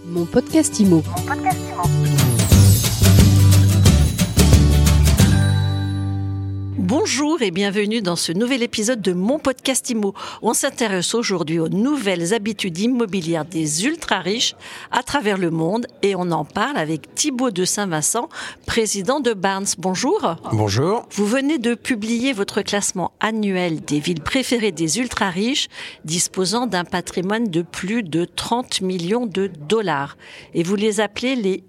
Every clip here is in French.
Mon podcast IMO. Bonjour et bienvenue dans ce nouvel épisode de Mon podcast IMO. On s'intéresse aujourd'hui aux nouvelles habitudes immobilières des ultra-riches à travers le monde et on en parle avec Thibaut de Saint-Vincent, président de Barnes. Bonjour. Bonjour. Vous venez de publier votre classement annuel des villes préférées des ultra-riches disposant d'un patrimoine de plus de 30 millions de dollars. Et vous les appelez les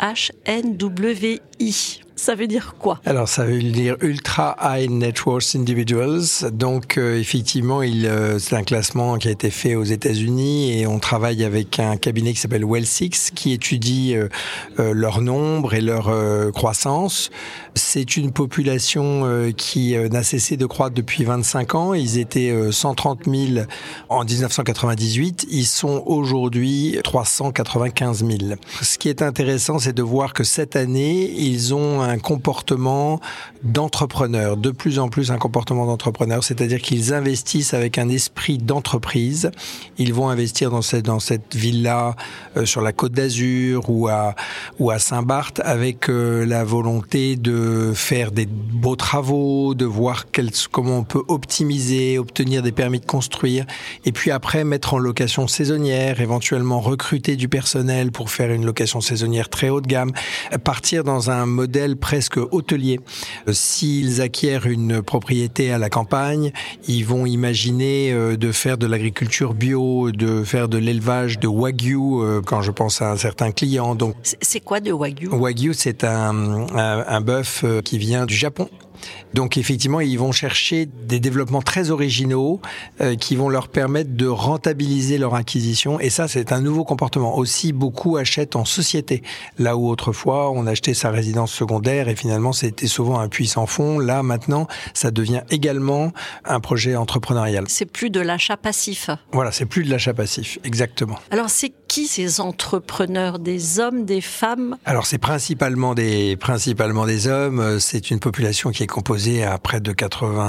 UHNWI. Ça veut dire quoi? Alors, ça veut dire Ultra High Net Worth Individuals. Donc, effectivement, c'est un classement qui a été fait aux États-Unis et on travaille avec un cabinet qui s'appelle Wealth6 qui étudie leur nombre et leur croissance. C'est une population qui n'a cessé de croître depuis 25 ans. Ils étaient 130 000 en 1998. Ils sont aujourd'hui 395 000. Ce qui est intéressant, c'est de voir que cette année, ils ont un comportement d'entrepreneur, de plus en plus un comportement d'entrepreneur, c'est-à-dire qu'ils investissent avec un esprit d'entreprise. Ils vont investir dans cette ville-là, sur la Côte d'Azur ou à Saint-Barth, avec la volonté de faire des beaux travaux, de voir comment on peut optimiser, obtenir des permis de construire, et puis après mettre en location saisonnière, éventuellement recruter du personnel pour faire une location saisonnière très haut de gamme, partir dans un modèle presque hôtelier. S'ils acquièrent une propriété à la campagne, ils vont imaginer de faire de l'agriculture bio, de faire de l'élevage de Wagyu, quand je pense à un certain client. Donc, c'est quoi de Wagyu? Wagyu, c'est un bœuf qui vient du Japon. Donc effectivement, ils vont chercher des développements très originaux qui vont leur permettre de rentabiliser leur acquisition. Et ça, c'est un nouveau comportement. Aussi, beaucoup achètent en société. Là où autrefois, on achetait sa résidence secondaire et finalement, c'était souvent un puits sans fond. Là, maintenant, ça devient également un projet entrepreneurial. C'est plus de l'achat passif. Voilà, c'est plus de l'achat passif, exactement. Alors, c'est qui ces entrepreneurs? Des hommes, des femmes? Alors, c'est principalement des hommes. C'est une population qui est composé à plus de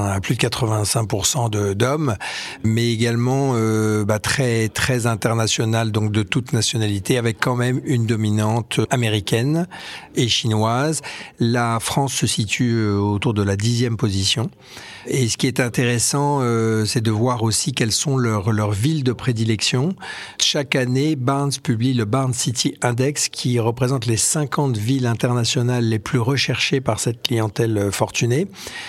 85% d'hommes, mais également très très international, donc de toute nationalité, avec quand même une dominante américaine et chinoise. La France se situe autour de la 10e position. Et ce qui est intéressant, c'est de voir aussi quelles sont leurs villes de prédilection. Chaque année, Barnes publie le Barnes City Index qui représente les 50 villes internationales les plus recherchées par cette clientèle fortunée,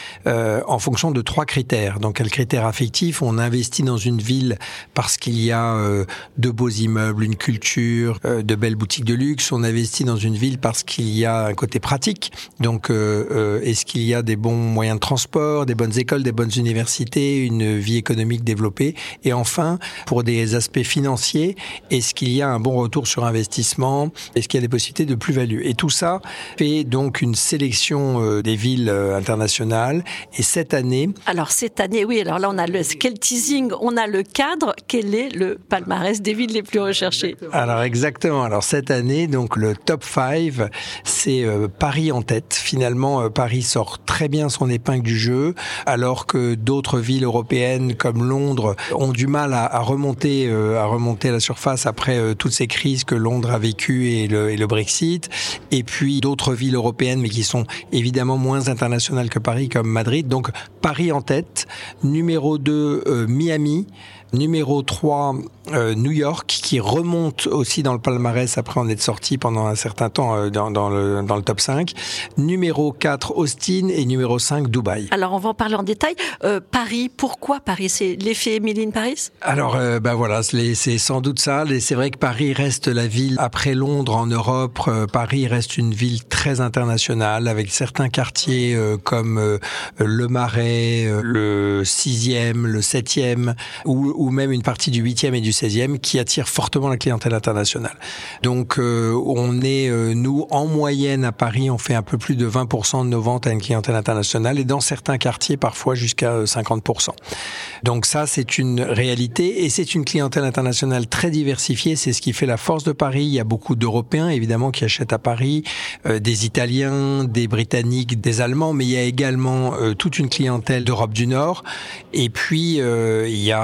en fonction de 3 critères. Donc, quel critère affectif? On investit dans une ville parce qu'il y a de beaux immeubles, une culture, de belles boutiques de luxe. On investit dans une ville parce qu'il y a un côté pratique. Donc, est-ce qu'il y a des bons moyens de transport, des bonnes écoles, des bonnes universités, une vie économique développée? Et enfin, pour des aspects financiers, est-ce qu'il y a un bon retour sur investissement? Est-ce qu'il y a des possibilités de plus-value? Et tout ça fait donc une sélection des villes internationales. Et cette année... Alors cette année, oui, alors là on a quel teasing, on a le cadre, quel est le palmarès des villes les plus recherchées? Alors exactement, alors cette année, donc le top 5, c'est Paris en tête. Finalement, Paris sort très bien son épingle du jeu, alors que d'autres villes européennes comme Londres ont du mal à remonter à la surface après toutes ces crises que Londres a vécues et le Brexit. Et puis d'autres villes européennes, mais qui sont évidemment moins internationales que Paris, comme Madrid. Donc Paris en tête, numéro 2 Miami, numéro 3 New York, qui remonte aussi dans le palmarès après en être sorti pendant un certain temps dans le top 5, numéro 4 Austin et numéro 5 Dubaï. Alors on va en parler en détail. Paris, pourquoi Paris? C'est l'effet Emily in Paris? Alors voilà, c'est sans doute ça. C'est vrai que Paris reste la ville, après Londres en Europe, Paris reste une ville très internationale, avec certains quartiers comme le Marais, le 6e, le 7e, ou même une partie du 8e et du 16e qui attirent fortement la clientèle internationale. Donc on est, nous, en moyenne à Paris, on fait un peu plus de 20% de nos ventes à une clientèle internationale et dans certains quartiers, parfois jusqu'à 50%. Donc ça, c'est une réalité et c'est une clientèle internationale très diversifiée. C'est ce qui fait la force de Paris. Il y a beaucoup d'Européens, évidemment, qui achètent à Paris, des Italiens, des Britanniques, des Allemands, mais il y a également toute une clientèle d'Europe du Nord. Et puis, il y a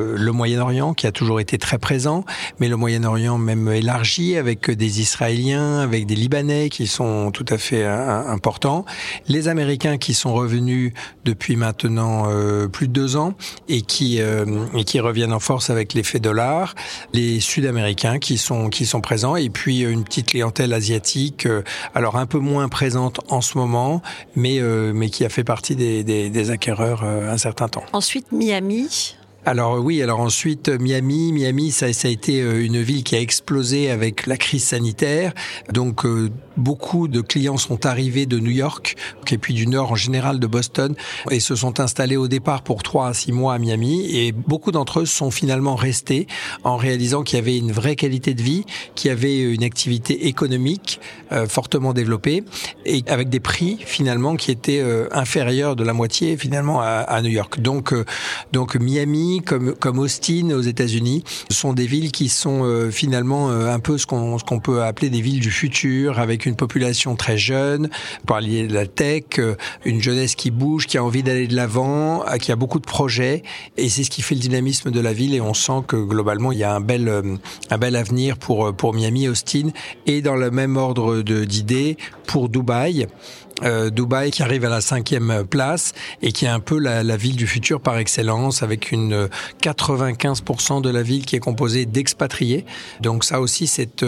le Moyen-Orient qui a toujours été très présent, mais le Moyen-Orient même élargi avec des Israéliens, avec des Libanais qui sont tout à fait importants, les Américains qui sont revenus depuis maintenant plus de 2 ans et qui reviennent en force avec l'effet dollar, les Sud-Américains qui sont présents, et puis une petite clientèle asiatique, alors un peu moins présente en ce moment, mais qui a fait partie des acquéreurs un certain temps. Ensuite, Miami. Alors ensuite Miami, ça a été une ville qui a explosé avec la crise sanitaire. Donc beaucoup de clients sont arrivés de New York et puis du Nord en général de Boston et se sont installés au départ pour 3 à 6 mois à Miami, et beaucoup d'entre eux sont finalement restés en réalisant qu'il y avait une vraie qualité de vie, qu'il y avait une activité économique fortement développée et avec des prix finalement qui étaient inférieurs de la moitié finalement à New York. Donc Miami comme Austin aux États-Unis sont des villes qui sont finalement un peu ce qu'on peut appeler des villes du futur, avec une population très jeune, vous parliez de la tech, une jeunesse qui bouge, qui a envie d'aller de l'avant, qui a beaucoup de projets, et c'est ce qui fait le dynamisme de la ville, et on sent que globalement il y a un bel avenir pour Miami, Austin, et dans le même ordre d'idées pour Dubaï. Dubaï qui arrive à la 5e place et qui est un peu la ville du futur par excellence, avec une 95% de la ville qui est composée d'expatriés. Donc ça aussi c'est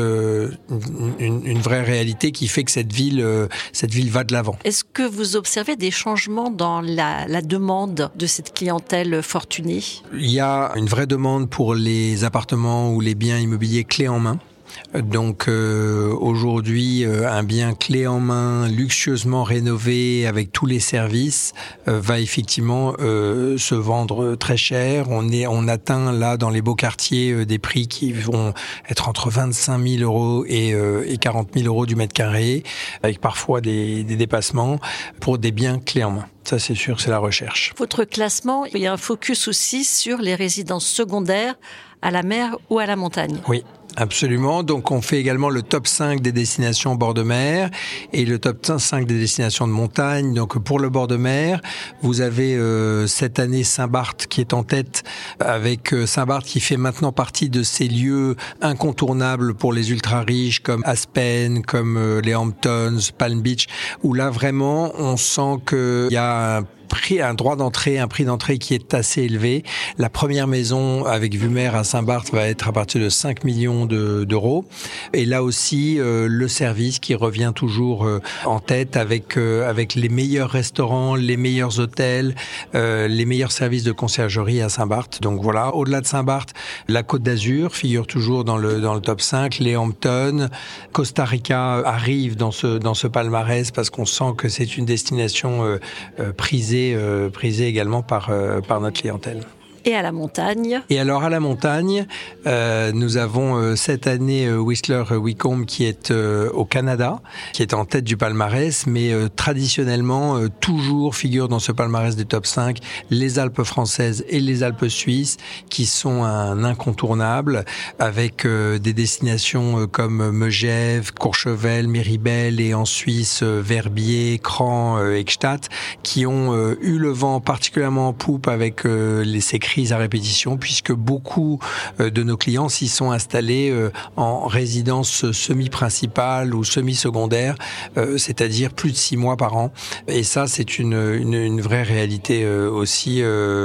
une vraie réalité qui fait que cette ville va de l'avant. Est-ce que vous observez des changements dans la demande de cette clientèle fortunée ? Il y a une vraie demande pour les appartements ou les biens immobiliers clés en main. Donc aujourd'hui, un bien clé en main, luxueusement rénové avec tous les services, va effectivement se vendre très cher. On atteint là dans les beaux quartiers des prix qui vont être entre 25 000 euros et 40 000 euros du mètre carré, avec parfois des dépassements pour des biens clés en main. Ça, c'est sûr, c'est la recherche. Votre classement, il y a un focus aussi sur les résidences secondaires à la mer ou à la montagne. Oui. Absolument. Donc, on fait également le top 5 des destinations au bord de mer et le top 5 des destinations de montagne. Donc, pour le bord de mer, vous avez cette année Saint-Barth qui est en tête, avec Saint-Barth qui fait maintenant partie de ces lieux incontournables pour les ultra-riches comme Aspen, comme les Hamptons, Palm Beach, où là, vraiment, on sent qu'il y a un droit d'entrée, un prix d'entrée qui est assez élevé. La première maison avec vue mer à Saint-Barth va être à partir de 5 millions d'euros. Et là aussi, le service qui revient toujours en tête avec les meilleurs restaurants, les meilleurs hôtels, les meilleurs services de conciergerie à Saint-Barth. Donc voilà, au-delà de Saint-Barth, la Côte d'Azur figure toujours dans le top 5, les Hamptons, Costa Rica arrive dans ce palmarès parce qu'on sent que c'est une destination prisée également par notre clientèle. Et à la montagne ? Et alors à la montagne, nous avons cette année Whistler Whitcomb qui est au Canada, qui est en tête du palmarès, mais traditionnellement toujours figure dans ce palmarès des top 5 les Alpes françaises et les Alpes suisses, qui sont un incontournable, avec des destinations comme Megève, Courchevel, Méribel, et en Suisse Verbier, Cran, Eichstätt, qui ont eu le vent particulièrement en poupe avec ces crises à répétition, puisque beaucoup de nos clients s'y sont installés en résidence semi-principale ou semi-secondaire, c'est-à-dire plus de 6 mois par an. Et ça, c'est une vraie réalité aussi,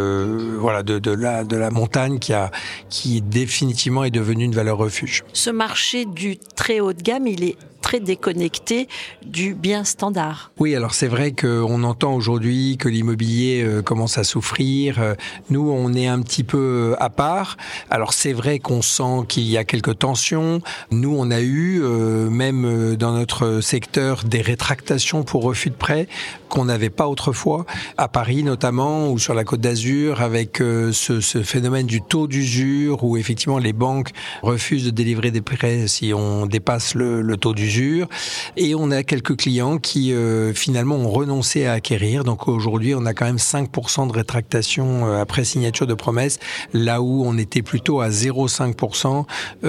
voilà, de la montagne qui définitivement est devenue une valeur refuge. Ce marché du très haut de gamme, il est très déconnecté du bien standard. Oui, alors c'est vrai qu'on entend aujourd'hui que l'immobilier commence à souffrir. Nous, on est un petit peu à part. Alors c'est vrai qu'on sent qu'il y a quelques tensions. Nous, on a eu, même dans notre secteur, des rétractations pour refus de prêt qu'on n'avait pas autrefois, à Paris notamment, ou sur la Côte d'Azur, avec ce phénomène du taux d'usure, où effectivement les banques refusent de délivrer des prêts si on dépasse le taux d'usure. Et on a quelques clients qui finalement ont renoncé à acquérir. Donc aujourd'hui, on a quand même 5% de rétractation après signature de promesse, là où on était plutôt à 0,5%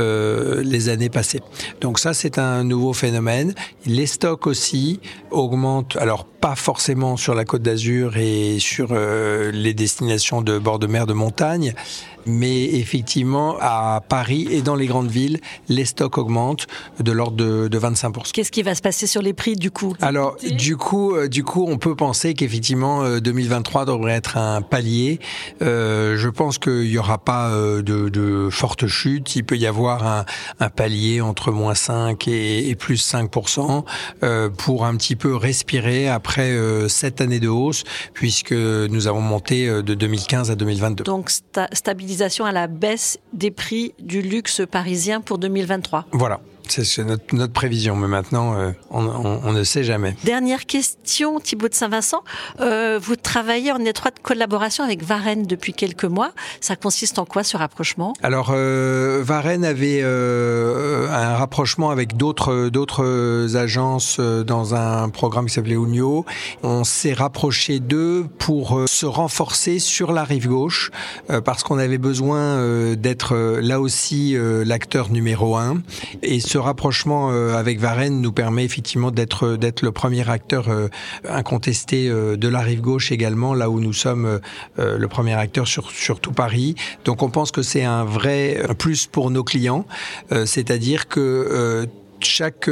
les années passées. Donc ça, c'est un nouveau phénomène. Les stocks aussi augmentent, alors pas forcément sur la Côte d'Azur et sur les destinations de bord de mer de montagne, Mais effectivement, à Paris et dans les grandes villes, les stocks augmentent de l'ordre de 25%. Qu'est-ce qui va se passer sur les prix du coup ? Alors, du coup, on peut penser qu'effectivement, 2023 devrait être un palier. Je pense qu'il n'y aura pas de forte chute. Il peut y avoir un palier entre moins 5 et plus 5% pour un petit peu respirer après 7 années de hausse, puisque nous avons monté de 2015 à 2022. Donc, stabilisation à la baisse des prix du luxe parisien pour 2023. Voilà. C'est notre prévision, mais maintenant, on ne sait jamais. Dernière question, Thibaut de Saint-Vincent. Vous travaillez en étroite collaboration avec Varenne depuis quelques mois. Ça consiste en quoi, ce rapprochement ? Alors, Varenne avait un rapprochement avec d'autres agences dans un programme qui s'appelait Unio. On s'est rapproché d'eux pour se renforcer sur la rive gauche, parce qu'on avait besoin d'être là aussi l'acteur numéro 1. Et ce rapprochement avec Varenne nous permet effectivement d'être le premier acteur incontesté de la rive gauche également, là où nous sommes le premier acteur sur tout Paris. Donc on pense que c'est un vrai plus pour nos clients, c'est-à-dire que chaque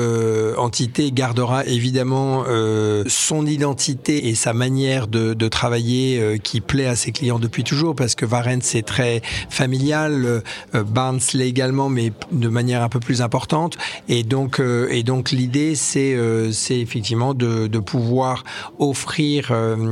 entité gardera évidemment son identité et sa manière de travailler qui plaît à ses clients depuis toujours, parce que Varenne c'est très familial, Barnes l'est également, mais de manière un peu plus importante. Et donc l'idée c'est effectivement de pouvoir offrir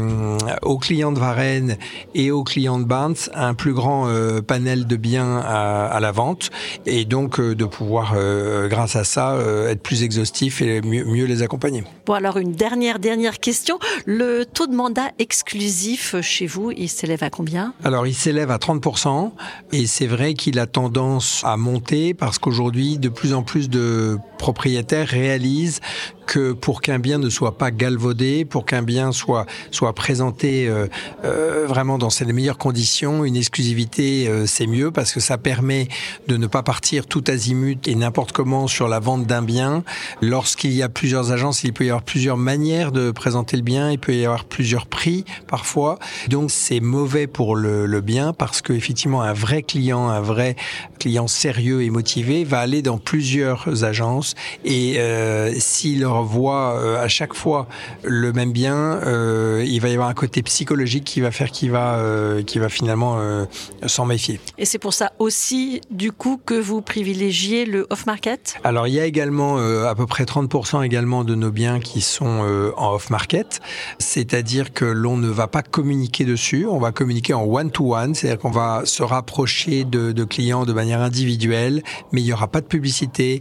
aux clients de Varenne et aux clients de Barnes un plus grand panel de biens à la vente, et donc de pouvoir grâce à ça, être plus exhaustif et mieux les accompagner. Bon, alors une dernière question. Le taux de mandat exclusif chez vous, il s'élève à combien ? Alors, il s'élève à 30%, et c'est vrai qu'il a tendance à monter parce qu'aujourd'hui, de plus en plus de propriétaires réalisent que pour qu'un bien ne soit pas galvaudé, pour qu'un bien soit présenté vraiment dans les meilleures conditions, une exclusivité c'est mieux, parce que ça permet de ne pas partir tout azimut et n'importe comment sur la vente d'un bien. Lorsqu'il y a plusieurs agences, il peut y avoir plusieurs manières de présenter le bien, il peut y avoir plusieurs prix parfois. Donc c'est mauvais pour le bien, parce que effectivement un vrai client sérieux et motivé va aller dans plusieurs agences, et s'il voit à chaque fois le même bien, il va y avoir un côté psychologique qui va faire qu'il va finalement s'en méfier. Et c'est pour ça aussi, du coup, que vous privilégiez le off-market ? Alors, il y a également à peu près 30% également de nos biens qui sont en off-market, c'est-à-dire que l'on ne va pas communiquer dessus, on va communiquer en one-to-one, c'est-à-dire qu'on va se rapprocher de clients de manière individuelle, mais il n'y aura pas de publicité,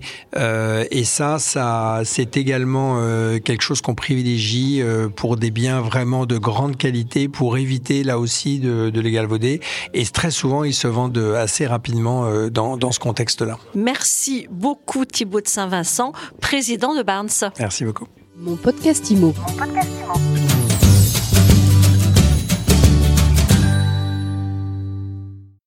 et ça c'est également quelque chose qu'on privilégie pour des biens vraiment de grande qualité, pour éviter là aussi de les galvauder, et très souvent ils se vendent assez rapidement dans ce contexte-là. Merci beaucoup Thibaut de Saint-Vincent, président de Barnes. Merci beaucoup. Mon podcast IMO.